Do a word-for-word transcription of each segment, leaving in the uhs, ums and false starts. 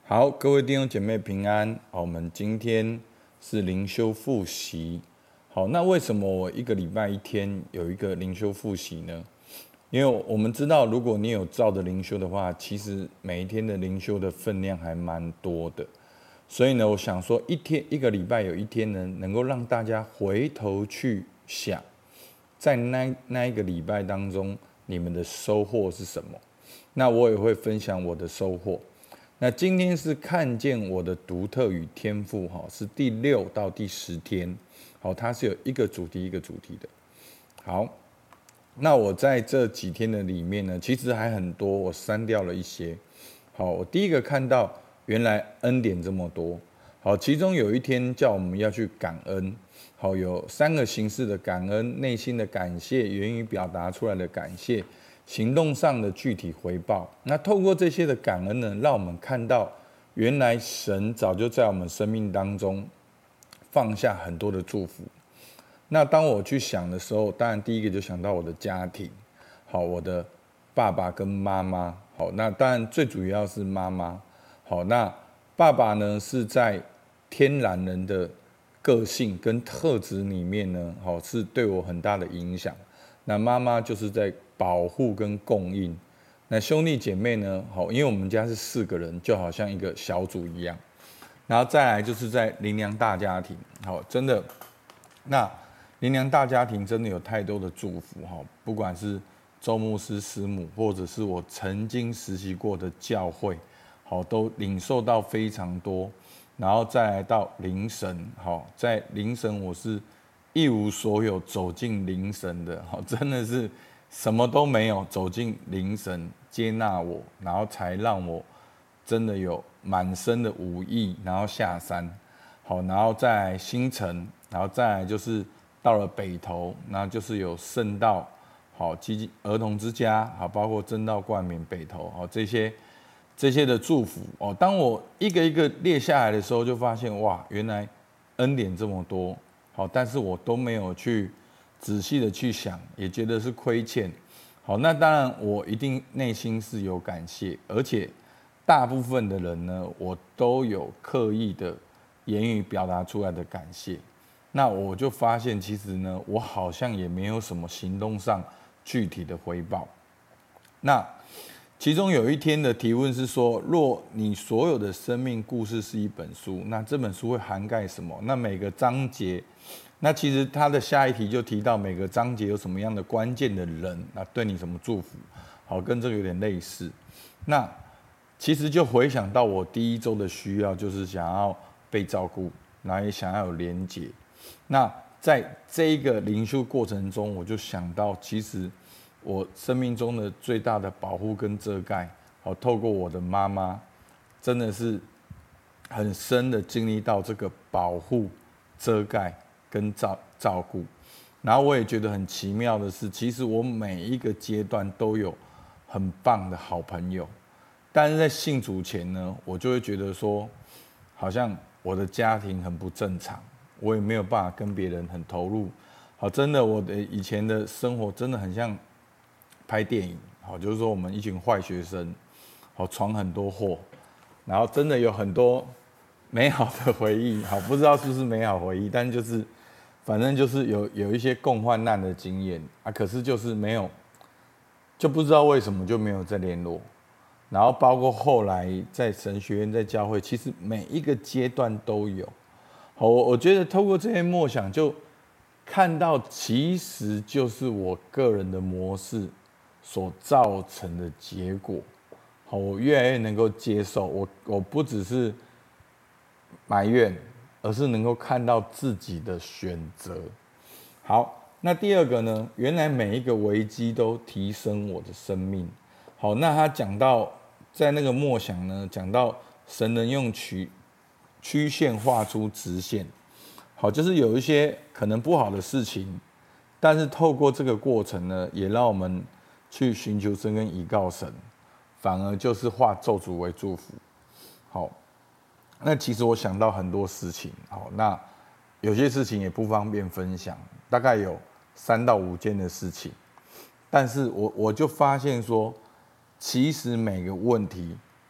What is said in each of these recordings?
好，各位弟兄姐妹平安。好，我们今天是灵修复习。好，那为什么我一个礼拜一天有一个灵修复习呢？因为我们知道，如果你有照着灵修的话，其实每一天的灵修的分量还蛮多的。所以呢，我想说，一天一个礼拜有一天呢，能够让大家回头去想，在那那一个礼拜当中，你们的收获是什么？那我也会分享我的收获。那今天是看见我的独特与天赋，是第六到第十天，好，它是有一个主题一个主题的。好，那我在这几天的里面呢，其实还很多，我删掉了一些。好，我第一个看到原来恩典这么多。好，其中有一天叫我们要去感恩。好，有三个形式的感恩：内心的感谢、言语表达出来的感谢。行动上的具体回报。那透过这些的感恩呢，让我们看到原来神早就在我们生命当中放下很多的祝福。那当我去想的时候，当然第一个就想到我的家庭，好，我的爸爸跟妈妈，好，那当然最主要是妈妈，好，那爸爸呢是在天然人的个性跟特质里面呢，好，是对我很大的影响。那妈妈就是在保护跟供应。那兄弟姐妹呢？好，因为我们家是四个人，就好像一个小组一样。然后再来就是在灵粮大家庭，好，真的，那灵粮大家庭真的有太多的祝福，哈，不管是周牧师师母，或者是我曾经实习过的教会，好，都领受到非常多。然后再来到灵神，好，在灵神我是一无所有走进灵神的，好，真的是什么都没有，走进灵神接纳我，然后才让我真的有满身的武艺，然后下山，好，然后再来新城，然后再来就是到了北投，然后就是有圣道，好，基金儿童之家，好，包括真道冠冕北投，好，这些这些的祝福哦。当我一个一个列下来的时候，就发现哇，原来恩典这么多。好，但是我都没有去仔细的去想，也觉得是亏欠。好，那当然我一定内心是有感谢，而且大部分的人呢，我都有刻意的言语表达出来的感谢。那我就发现，其实呢，我好像也没有什么行动上具体的回报。那其中有一天的提问是说，若你所有的生命故事是一本书，那这本书会涵盖什么？那每个章节，那其实他的下一题就提到每个章节有什么样的关键的人，那对你什么祝福？好，跟这个有点类似。那其实就回想到我第一周的需要，就是想要被照顾，然后也想要有连结。那在这一个灵修过程中，我就想到，其实我生命中的最大的保护跟遮盖，好，透过我的妈妈，真的是很深的经历到这个保护、遮盖跟照照顾。然后我也觉得很奇妙的是，其实我每一个阶段都有很棒的好朋友，但是在信主前呢，我就会觉得说，好像我的家庭很不正常，我也没有办法跟别人很投入。好，真的，我的以前的生活真的很像拍电影，好，就是说我们一群坏学生，好，闯很多祸，然后真的有很多美好的回忆，好，不知道是不是美好回忆，但就是，反正就是有有一些共患难的经验啊，可是就是没有，就不知道为什么就没有再联络，然后包括后来在神学院、在教会，其实每一个阶段都有，好，我我觉得透过这些默想，就看到其实就是我个人的模式所造成的结果。好，我越来越能够接受，我我不只是埋怨，而是能够看到自己的选择。好，那第二个呢？原来每一个危机都提升我的生命。好，那他讲到在那个默想呢，讲到神能用曲曲线画出直线。好，就是有一些可能不好的事情，但是透过这个过程呢，也让我们去寻求神跟倚靠神，反而就是化咒诅为祝福。好，那其实我想到很多事情，好，那有些事情也不方便分享，大概有三到五件的事情，但是我我就发现说，其实每个问题都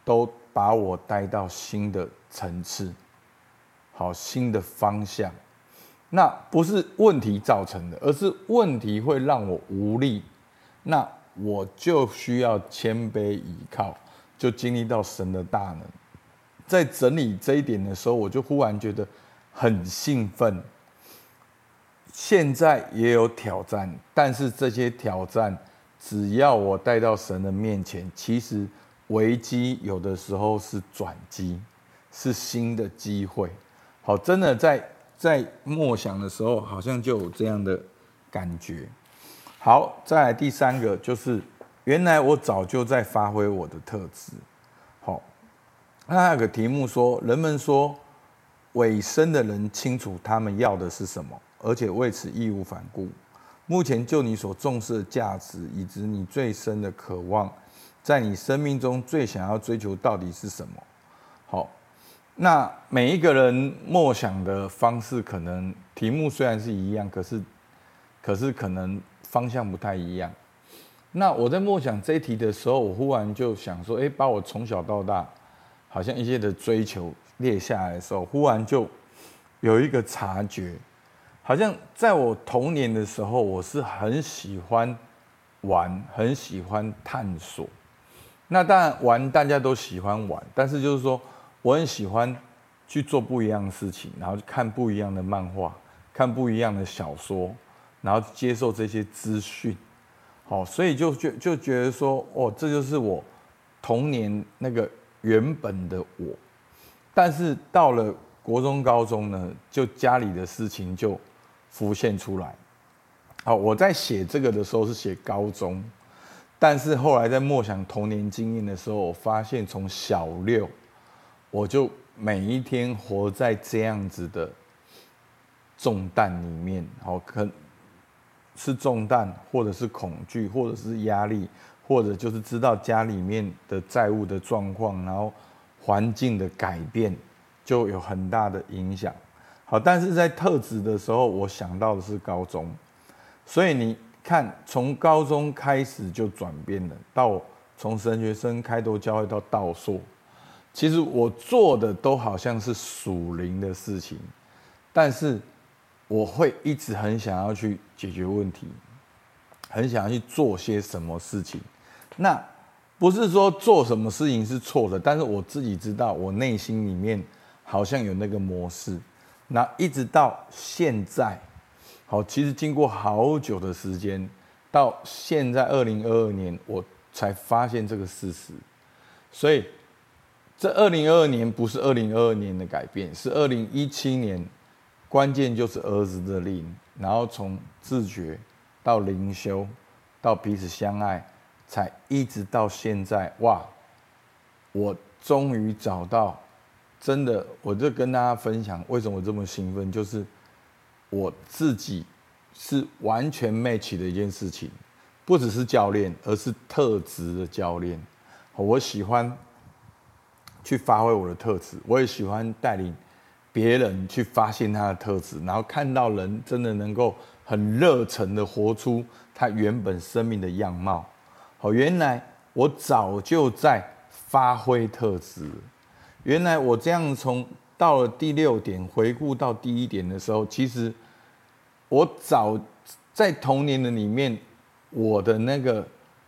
把我带到新的层次，好，新的方向。那不是问题造成的，而是问题会让我无力，那我就需要谦卑倚靠，就经历到神的大能。在整理这一点的时候，我就忽然觉得很兴奋。现在也有挑战，但是这些挑战，只要我带到神的面前，其实危机有的时候是转机，是新的机会。好，真的在在默想的时候，好像就有这样的感觉。好，再来第三个，就是原来我早就在发挥我的特质。好，那还有个题目说，人们说委身的人清楚他们要的是什么，而且为此义无反顾。目前就你所重视的价值，以及你最深的渴望，在你生命中最想要追求到底是什么？好，那每一个人默想的方式，可能题目虽然是一样，可是可是可能方向不太一样。那我在默想这一题的时候，我忽然就想说，哎，把我从小到大好像一些的追求列下来的时候，忽然就有一个察觉，好像在我童年的时候，我是很喜欢玩，很喜欢探索。那当然玩大家都喜欢玩，但是就是说我很喜欢去做不一样的事情，然后看不一样的漫画，看不一样的小说，然后接受这些资讯。好，所以就觉就觉得说，哦，这就是我童年那个原本的我。但是到了国中、高中呢，就家里的事情就浮现出来。好，我在写这个的时候是写高中，但是后来在默想童年经验的时候，我发现从小六，我就每一天活在这样子的重担里面。好，可是重担，或者是恐惧，或者是压力，或者就是知道家里面的债务的状况，然后环境的改变就有很大的影响。好，但是在特质的时候，我想到的是高中，所以你看，从高中开始就转变了，到从神学生开拓教会到道硕，其实我做的都好像是属灵的事情，但是我会一直很想要去解决问题，很想要去做些什么事情。那不是说做什么事情是错的，但是我自己知道，我内心里面好像有那个模式。那一直到现在，好，其实经过好久的时间，到现在二零二二年，我才发现这个事实。所以，这二零二二年不是二零二二年的改变，是二零一七年。关键就是儿子的灵，然后从自觉到灵修，到彼此相爱，才一直到现在。哇！我终于找到，真的，我就跟大家分享为什么我这么兴奋，就是我自己是完全 match 的一件事情，不只是教练，而是特质的教练。我喜欢去发挥我的特质，我也喜欢带领别人去发现他的特质，然后看到人真的能够很热忱的活出他原本生命的样貌。好，原来我早就在发挥特质。原来我这样从到了第六点回顾到第一点的时候，其实我早在童年的里面，我的那个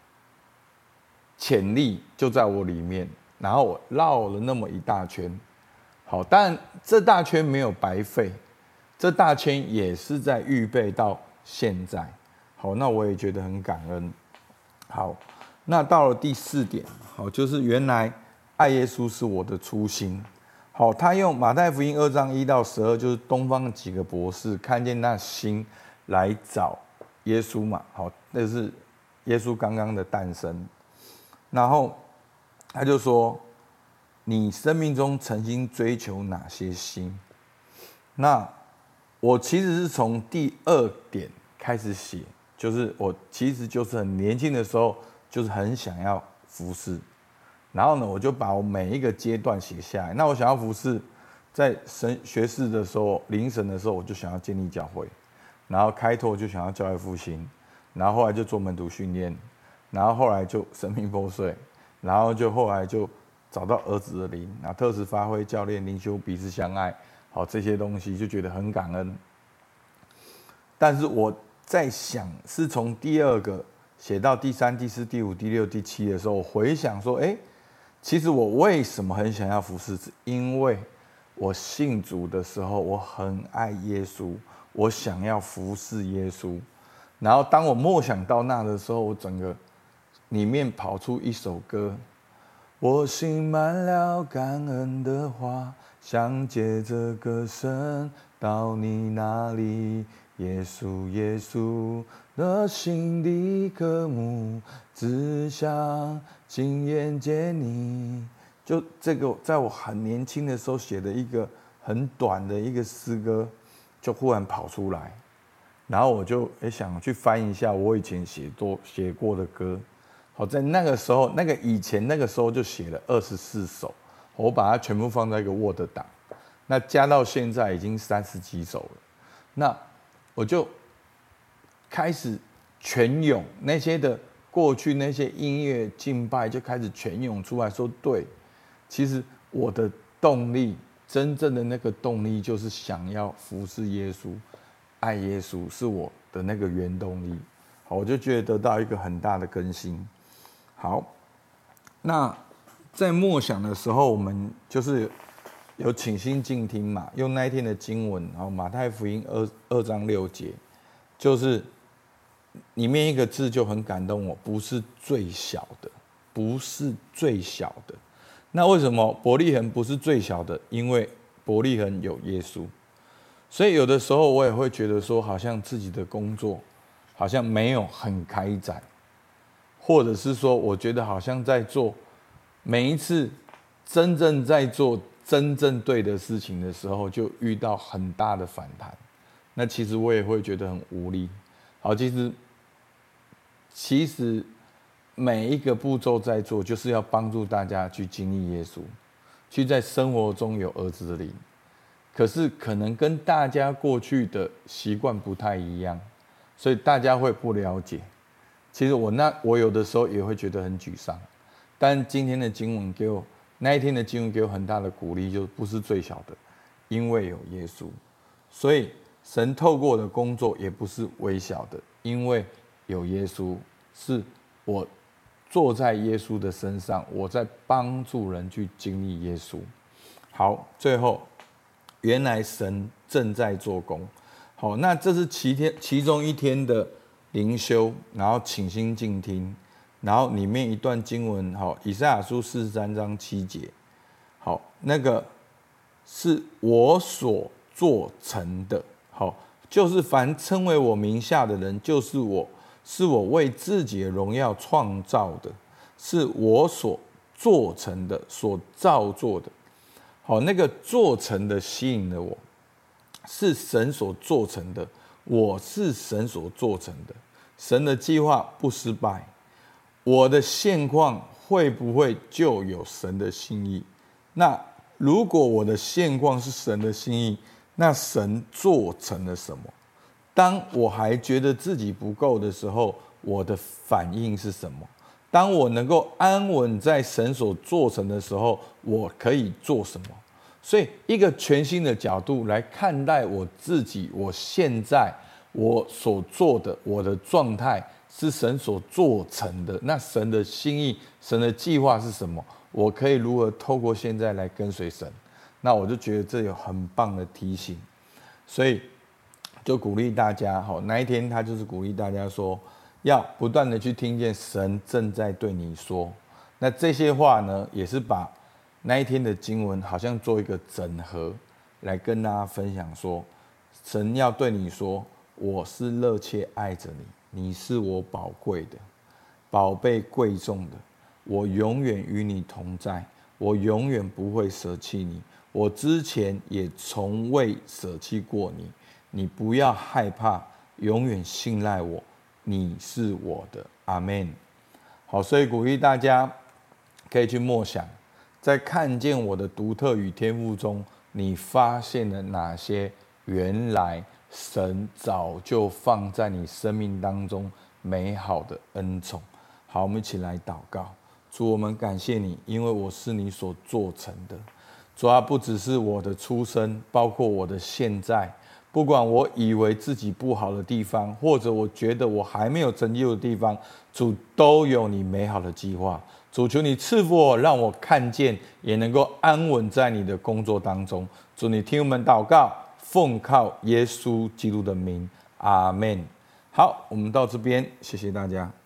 潜力就在我里面，然后我绕了那么一大圈。好，但这大圈没有白费，这大圈也是在预备到现在。好，那我也觉得很感恩。好，那到了第四点，好，就是原来爱耶稣是我的初心。好，他用马太福音二章一到十二，就是东方几个博士看见那星来找耶稣嘛。好，那是耶稣刚刚的诞生，然后他就说，你生命中曾经追求哪些星？那我其实是从第二点开始写，就是我其实就是很年轻的时候，就是很想要服侍，然后呢，我就把我每一个阶段写下来。那我想要服侍，在神学士的时候，灵神的时候，我就想要建立教会，然后开拓就想要教会复兴，然后后来就做门徒训练，然后后来就生命破碎，然后就后来就找到儿子的灵，然后特质发挥教练灵修彼此相爱，好这些东西就觉得很感恩。但是我在想，是从第二个写到第三、第四、第五、第六、第七的时候，我回想说，哎，其实我为什么很想要服侍？因为我信主的时候，我很爱耶稣，我想要服侍耶稣。然后当我默想到那的时候，我整个里面跑出一首歌。我心满了感恩的话，想借着歌声到你那里，耶稣耶稣，我心里渴慕，只想亲眼见你。就这个，在我很年轻的时候写的一个很短的一个诗歌，就忽然跑出来，然后我就也想去翻一下我以前写多写过的歌。好，在那个时候，那个以前那个时候就写了二十四首，我把它全部放在一个 Word 档，那加到现在已经三十几首了。那我就开始泉涌那些的过去那些音乐敬拜，就开始泉涌出来说，对，其实我的动力，真正的那个动力就是想要服侍耶稣，爱耶稣是我的那个原动力。好，我就觉得得到一个很大的更新。好，那在默想的时候，我们就是有倾心静听嘛，用那一天的经文，然后马太福音二二章六节，就是里面一个字就很感动我，不是最小的，不是最小的。那为什么伯利恒不是最小的？因为伯利恒有耶稣，所以有的时候我也会觉得说，好像自己的工作好像没有很开展。或者是说，我觉得好像在做每一次真正在做真正对的事情的时候，就遇到很大的反弹。那其实我也会觉得很无力。好，其实其实每一个步骤在做，就是要帮助大家去经历耶稣，去在生活中有儿子的灵。可是可能跟大家过去的习惯不太一样，所以大家会不了解。其实我那我有的时候也会觉得很沮丧，但今天的经文给我那一天的经文给我很大的鼓励，就不是最小的，因为有耶稣，所以神透过我的工作也不是微小的，因为有耶稣，是我坐在耶稣的身上，我在帮助人去经历耶稣。好，最后原来神正在做工。好，那这是其天其中一天的灵修，然后倾心静听，然后里面一段经文，好，以赛亚书四十三章七节，好，那个是我所做成的，好，就是凡称为我名下的人，就是我，是我为自己的荣耀创造的，是我所做成的，所造作的，好，那个做成的吸引了我，是神所做成的。我是神所做成的，神的计划不失败。我的现况会不会就有神的心意？那如果我的现况是神的心意，那神做成了什么？当我还觉得自己不够的时候，我的反应是什么？当我能够安稳在神所做成的时候，我可以做什么？所以一个全新的角度来看待我自己，我现在我所做的，我的状态是神所做成的。那神的心意，神的计划是什么？我可以如何透过现在来跟随神？那我就觉得这有很棒的提醒，所以就鼓励大家。好，那一天他就是鼓励大家说，要不断的去听见神正在对你说。那这些话呢，也是把那一天的经文好像做一个整合，来跟大家分享说，神要对你说，我是热切爱着你，你是我宝贵的、宝贝贵重的，我永远与你同在，我永远不会舍弃你，我之前也从未舍弃过你，你不要害怕，永远信赖我，你是我的，阿们。好，所以鼓励大家可以去默想，在看见我的独特与天赋中，你发现了哪些原来神早就放在你生命当中美好的恩宠？好，我们一起来祷告。 主，我们感谢你，因为我是你所做成的。主啊，不只是我的出生，包括我的现在，不管我以为自己不好的地方，或者我觉得我还没有成就的地方，主都有你美好的计划。主，求你赐福我，让我看见，也能够安稳在你的工作当中。主，你听我们祷告，奉靠耶稣基督的名，阿们。好，我们到这边，谢谢大家。